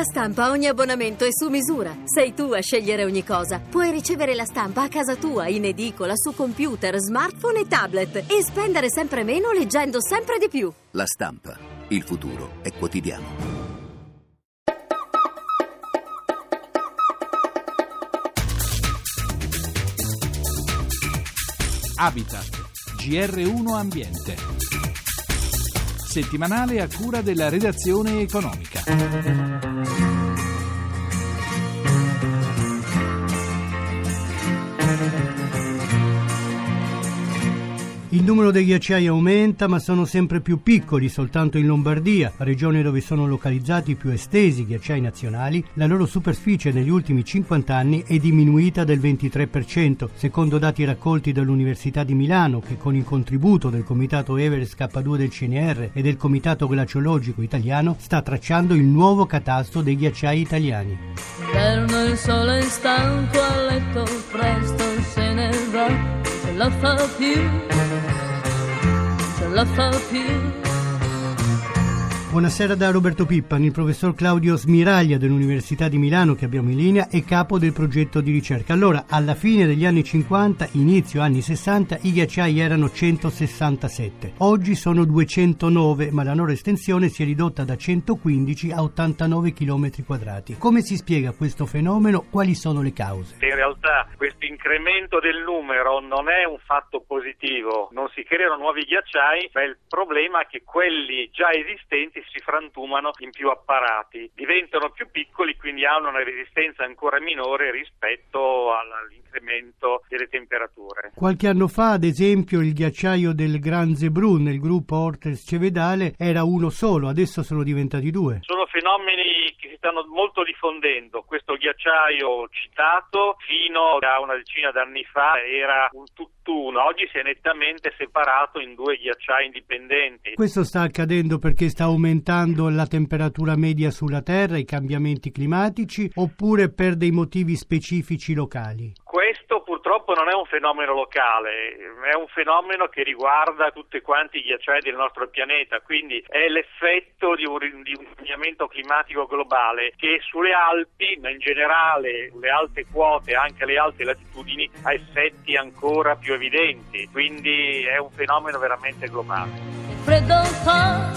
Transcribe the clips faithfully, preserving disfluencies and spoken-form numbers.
Stampa ogni abbonamento è su misura. Sei tu a scegliere ogni cosa. Puoi ricevere la stampa a casa tua, in edicola, su computer, smartphone e tablet e spendere sempre meno leggendo sempre di più. La Stampa. Il futuro è quotidiano. Habitat, G R uno Ambiente. Settimanale a cura della redazione economica. Il numero dei ghiacciai aumenta, ma sono sempre più piccoli. Soltanto in Lombardia, regione dove sono localizzati i più estesi ghiacciai nazionali, la loro superficie negli ultimi cinquanta anni è diminuita del ventitré per cento, secondo dati raccolti dall'Università di Milano, che con il contributo del Comitato Everest K due del C N R e del Comitato Glaciologico Italiano sta tracciando il nuovo catasto dei ghiacciai italiani. Inverno, il sole è stanco a letto, presto se ne va, ce la fa più. La fa più. Buonasera da Roberto Pippan. Il professor Claudio Smiraglia dell'Università di Milano, che abbiamo in linea, è capo del progetto di ricerca. Allora, alla fine degli anni cinquanta, inizio anni sessanta, i ghiacciai erano centosessantasette. Oggi sono duecentonove, ma la loro estensione si è ridotta da centoquindici a ottantanove chilometri quadrati. Come si spiega questo fenomeno? Quali sono le cause? In realtà questo incremento del numero non è un fatto positivo, non si creano nuovi ghiacciai, ma il problema è che quelli già esistenti si frantumano in più apparati, diventano più piccoli, quindi hanno una resistenza ancora minore rispetto all'incremento delle temperature. Qualche anno fa, ad esempio, il ghiacciaio del Gran Zebrun nel gruppo Ortes Cevedale era uno solo, adesso sono diventati due. Sono fenomeni che si stanno molto diffondendo. Questo ghiacciaio citato fino a una decina d'anni fa era un tutt'uno, oggi si è nettamente separato in due ghiacciai indipendenti. Questo sta accadendo perché sta aumentando la temperatura media sulla Terra, i cambiamenti climatici, oppure per dei motivi specifici locali? Questo purtroppo non è un fenomeno locale, è un fenomeno che riguarda tutti quanti i ghiacciai del nostro pianeta, quindi è l'effetto di un, di un cambiamento climatico globale che sulle Alpi, ma in generale sulle alte quote, anche alle alte latitudini, ha effetti ancora più evidenti, quindi è un fenomeno veramente globale. Che freddo fa,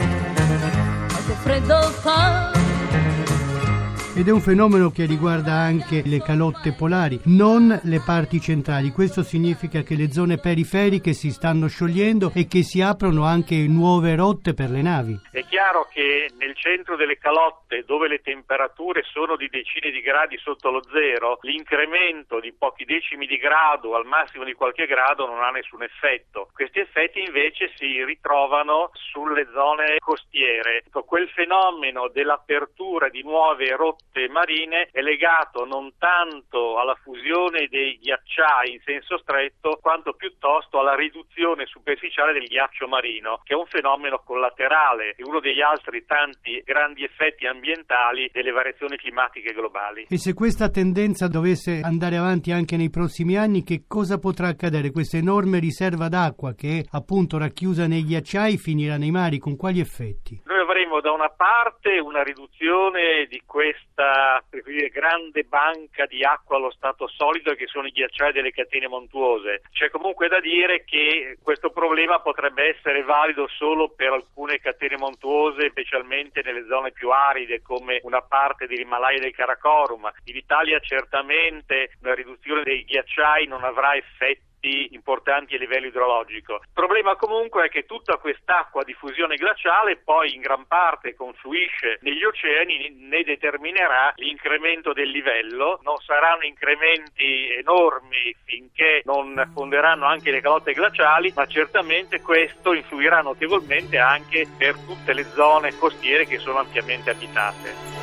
che freddo fa. Ed è un fenomeno che riguarda anche le calotte polari, non le parti centrali. Questo significa che le zone periferiche si stanno sciogliendo e che si aprono anche nuove rotte per le navi. È chiaro che nel centro delle calotte, dove le temperature sono di decine di gradi sotto lo zero, l'incremento di pochi decimi di grado, al massimo di qualche grado, non ha nessun effetto. Questi effetti invece si ritrovano sulle zone costiere. Quel fenomeno dell'apertura di nuove rotte marine è legato non tanto alla fusione dei ghiacciai in senso stretto, quanto piuttosto alla riduzione superficiale del ghiaccio marino, che è un fenomeno collaterale e uno degli altri tanti grandi effetti ambientali delle variazioni climatiche globali. E se questa tendenza dovesse andare avanti anche nei prossimi anni, che cosa potrà accadere? Questa enorme riserva d'acqua che è appunto racchiusa nei ghiacciai finirà nei mari, con quali effetti? Noi avremo da una parte una riduzione di questa per dire, grande banca di acqua allo stato solido che sono i ghiacciai delle catene montuose. C'è comunque da dire che questo problema potrebbe essere valido solo per alcune catene montuose, specialmente nelle zone più aride come una parte dell'Himalaya e del Karakorum. In Italia certamente una riduzione dei ghiacciai non avrà effetti importanti a livello idrologico. Il problema comunque è che tutta quest'acqua di fusione glaciale poi in gran parte confluisce negli oceani, ne determinerà l'incremento del livello. Non saranno incrementi enormi finché non fonderanno anche le calotte glaciali, ma certamente questo influirà notevolmente anche per tutte le zone costiere che sono ampiamente abitate.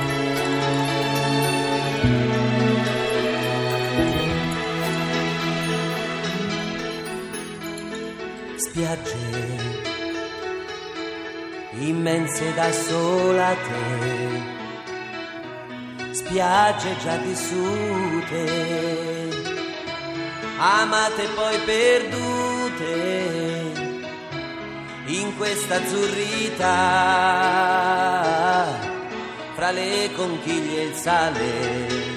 Spiagge immense da sola te, spiagge già vissute, amate poi perdute in questa azzurrità, fra le conchiglie e il sale.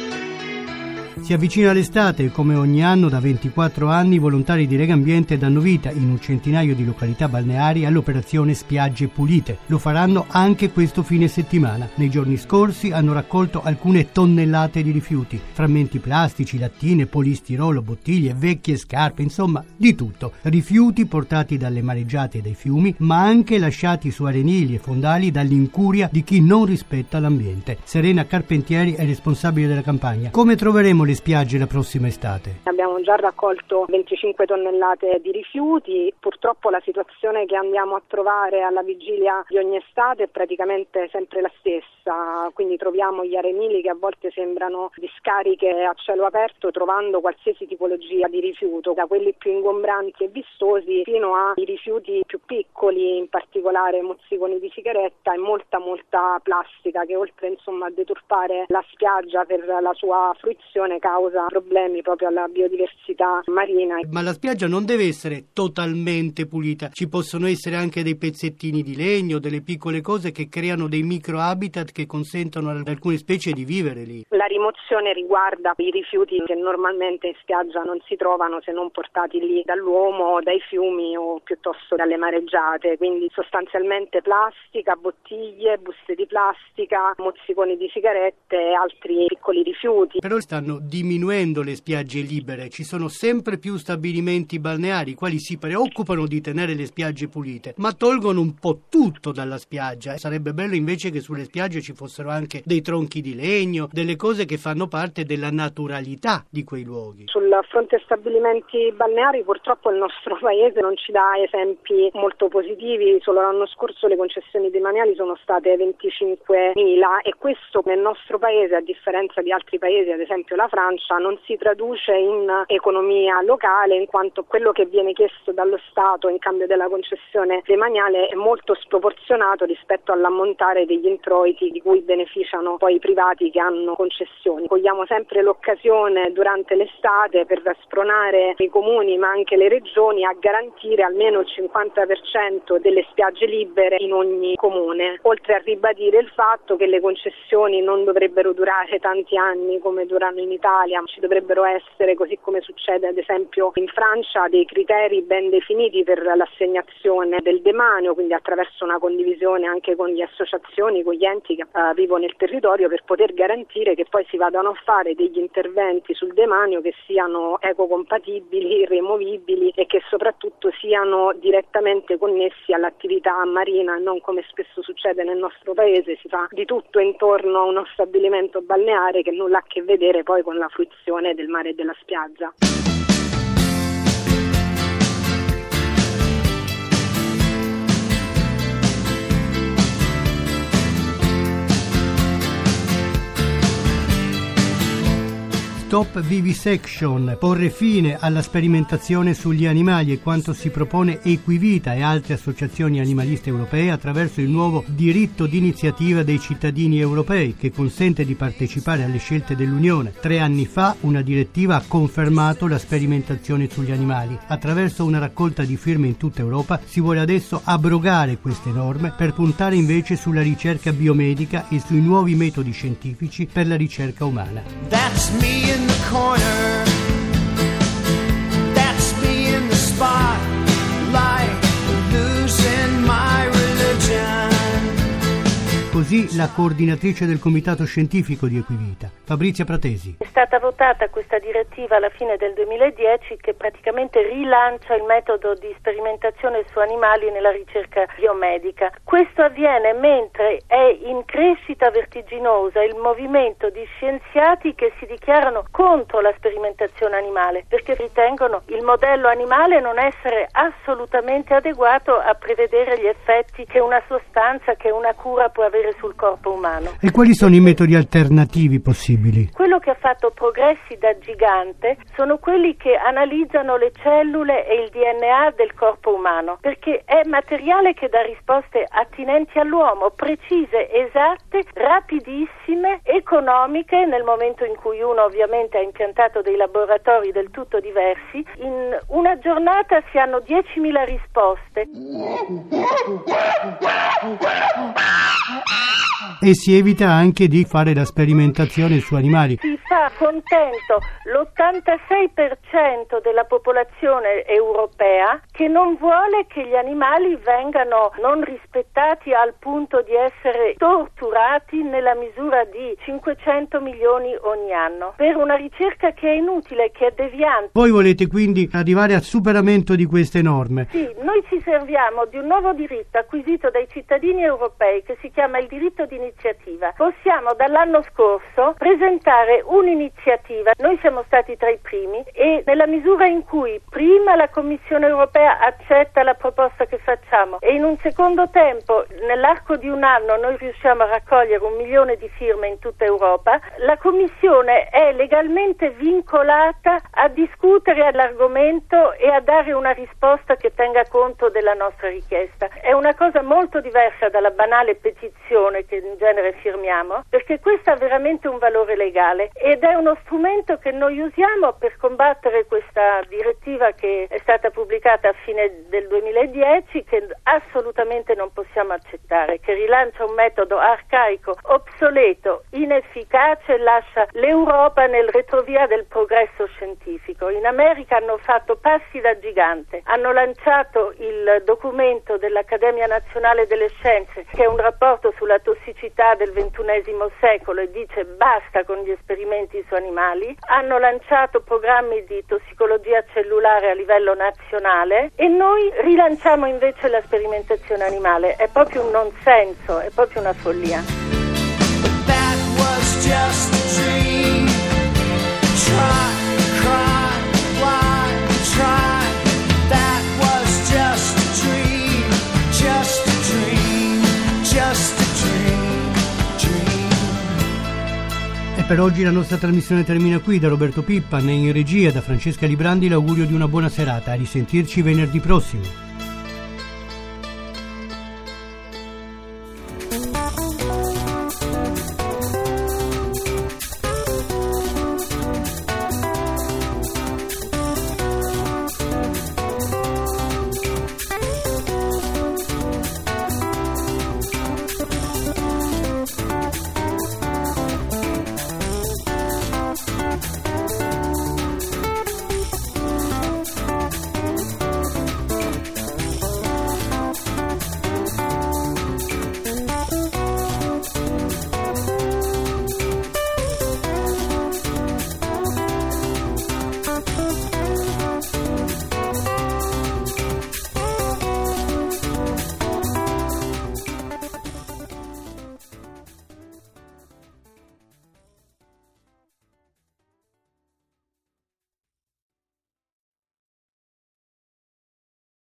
Si avvicina l'estate e come ogni anno da ventiquattro anni i volontari di Legambiente danno vita in un centinaio di località balneari all'operazione Spiagge Pulite. Lo faranno anche questo fine settimana. Nei giorni scorsi hanno raccolto alcune tonnellate di rifiuti, frammenti plastici, lattine, polistirolo, bottiglie, vecchie scarpe, insomma di tutto. Rifiuti portati dalle mareggiate e dai fiumi, ma anche lasciati su arenili e fondali dall'incuria di chi non rispetta l'ambiente. Serena Carpentieri è responsabile della campagna. Come troveremo le spiagge la prossima estate? Abbiamo già raccolto venticinque tonnellate di rifiuti. Purtroppo la situazione che andiamo a trovare alla vigilia di ogni estate è praticamente sempre la stessa, quindi troviamo gli arenili che a volte sembrano discariche a cielo aperto, trovando qualsiasi tipologia di rifiuto, da quelli più ingombranti e vistosi fino ai rifiuti più piccoli, in particolare mozziconi di sigaretta e molta molta plastica che oltre insomma a deturpare la spiaggia per la sua fruizione causa problemi proprio alla biodiversità marina. Ma la spiaggia non deve essere totalmente pulita, ci possono essere anche dei pezzettini di legno, delle piccole cose che creano dei microhabitat che consentono ad alcune specie di vivere lì. La rimozione riguarda i rifiuti che normalmente in spiaggia non si trovano se non portati lì dall'uomo, dai fiumi o piuttosto dalle mareggiate, quindi sostanzialmente plastica, bottiglie, buste di plastica, mozziconi di sigarette e altri piccoli rifiuti. Però stanno diminuendo le spiagge libere, ci sono sempre più stabilimenti balneari quali si preoccupano di tenere le spiagge pulite, ma tolgono un po' tutto dalla spiaggia. Sarebbe bello invece che sulle spiagge ci fossero anche dei tronchi di legno, delle cose che fanno parte della naturalità di quei luoghi. Sul fronte stabilimenti balneari purtroppo il nostro paese non ci dà esempi molto positivi. Solo l'anno scorso le concessioni demaniali sono state venticinquemila e questo nel nostro paese, a differenza di altri paesi, ad esempio la Francia, non si traduce in economia locale, in quanto quello che viene chiesto dallo Stato in cambio della concessione demaniale è molto sproporzionato rispetto all'ammontare degli introiti di cui beneficiano poi i privati che hanno concessioni. Cogliamo sempre l'occasione durante l'estate per spronare i comuni ma anche le regioni a garantire almeno il cinquanta per cento delle spiagge libere in ogni comune, oltre a ribadire il fatto che le concessioni non dovrebbero durare tanti anni come durano in Italia, ci dovrebbero essere, così come succede ad esempio in Francia, dei criteri ben definiti per l'assegnazione del demanio, quindi attraverso una condivisione anche con le associazioni, con gli enti che uh, vivono nel territorio, per poter garantire che poi si vadano a fare degli interventi sul demanio che siano ecocompatibili, removibili e che soprattutto siano direttamente connessi all'attività marina e non come spesso succede nel nostro paese, si fa di tutto intorno a uno stabilimento balneare che nulla ha a che vedere poi con la fruizione del mare e della spiaggia. Stop Vivisection, porre fine alla sperimentazione sugli animali è quanto si propone Equivita e altre associazioni animaliste europee attraverso il nuovo diritto d'iniziativa dei cittadini europei che consente di partecipare alle scelte dell'Unione. Tre anni fa una direttiva ha confermato la sperimentazione sugli animali. Attraverso una raccolta di firme in tutta Europa si vuole adesso abrogare queste norme per puntare invece sulla ricerca biomedica e sui nuovi metodi scientifici per la ricerca umana. That's me in the corner, that's me in the spotlight, losing my religion. Così la coordinatrice del comitato scientifico di Equivita, Fabrizia Pratesi. È stata votata questa direttiva alla fine del duemiladieci che praticamente rilancia il metodo di sperimentazione su animali nella ricerca biomedica. Questo avviene mentre è in crescita vertiginosa il movimento di scienziati che si dichiarano contro la sperimentazione animale perché ritengono il modello animale non essere assolutamente adeguato a prevedere gli effetti che una sostanza, che una cura può avere sul corpo umano. E quali sono i metodi alternativi possibili? Quello che ha fatto progressi da gigante sono quelli che analizzano le cellule e il D N A del corpo umano, perché è materiale che dà risposte attinenti all'uomo, precise, esatte rapidissime, economiche, nel momento in cui uno ovviamente ha impiantato dei laboratori del tutto diversi. In una giornata si hanno diecimila risposte. E si evita anche di fare la sperimentazione su animali. Si fa contento l'ottantasei per cento della popolazione europea che non vuole che gli animali vengano non rispettati al punto di essere torturati nella misura di cinquecento milioni ogni anno, per una ricerca che è inutile, che è deviante. Voi volete quindi arrivare al superamento di queste norme? Sì, noi ci serviamo di un nuovo diritto acquisito dai cittadini europei che si chiama il diritto di iniziativa. Possiamo dall'anno scorso presentare un'iniziativa, noi siamo stati tra i primi, e nella misura in cui prima la Commissione europea accetta la proposta che facciamo e in un secondo tempo, nell'arco di un anno, noi riusciamo a raccogliere un milione di firme in tutta Europa, la Commissione è legalmente vincolata a discutere all'argomento e a dare una risposta che tenga conto della nostra richiesta. È una cosa molto diversa dalla banale petizione che in genere firmiamo, perché questa ha veramente un valore legale ed è uno strumento che noi usiamo per combattere questa direttiva che è stata pubblicata a fine del duemiladieci, che assolutamente non possiamo accettare, che rilancia un metodo arcaico, obsoleto, inefficace e lascia l'Europa nel retrovia del progresso scientifico. In America hanno fatto passi da gigante, hanno lanciato il documento dell'Accademia Nazionale delle Scienze, che è un rapporto sulla tossicità del ventunesimo secolo e dice basta con gli esperimenti su animali, hanno lanciato programmi di tossicologia cellulare a livello nazionale e noi rilanciamo invece la sperimentazione animale. È proprio un non senso, è proprio una follia. That was just a dream. Try, cry, fly, try. That was just a dream. Just a dream. Just a dream. Dream. E per oggi la nostra trasmissione termina qui. Da Roberto Pippan e in regia da Francesca Librandi l'augurio di una buona serata. A risentirci venerdì prossimo.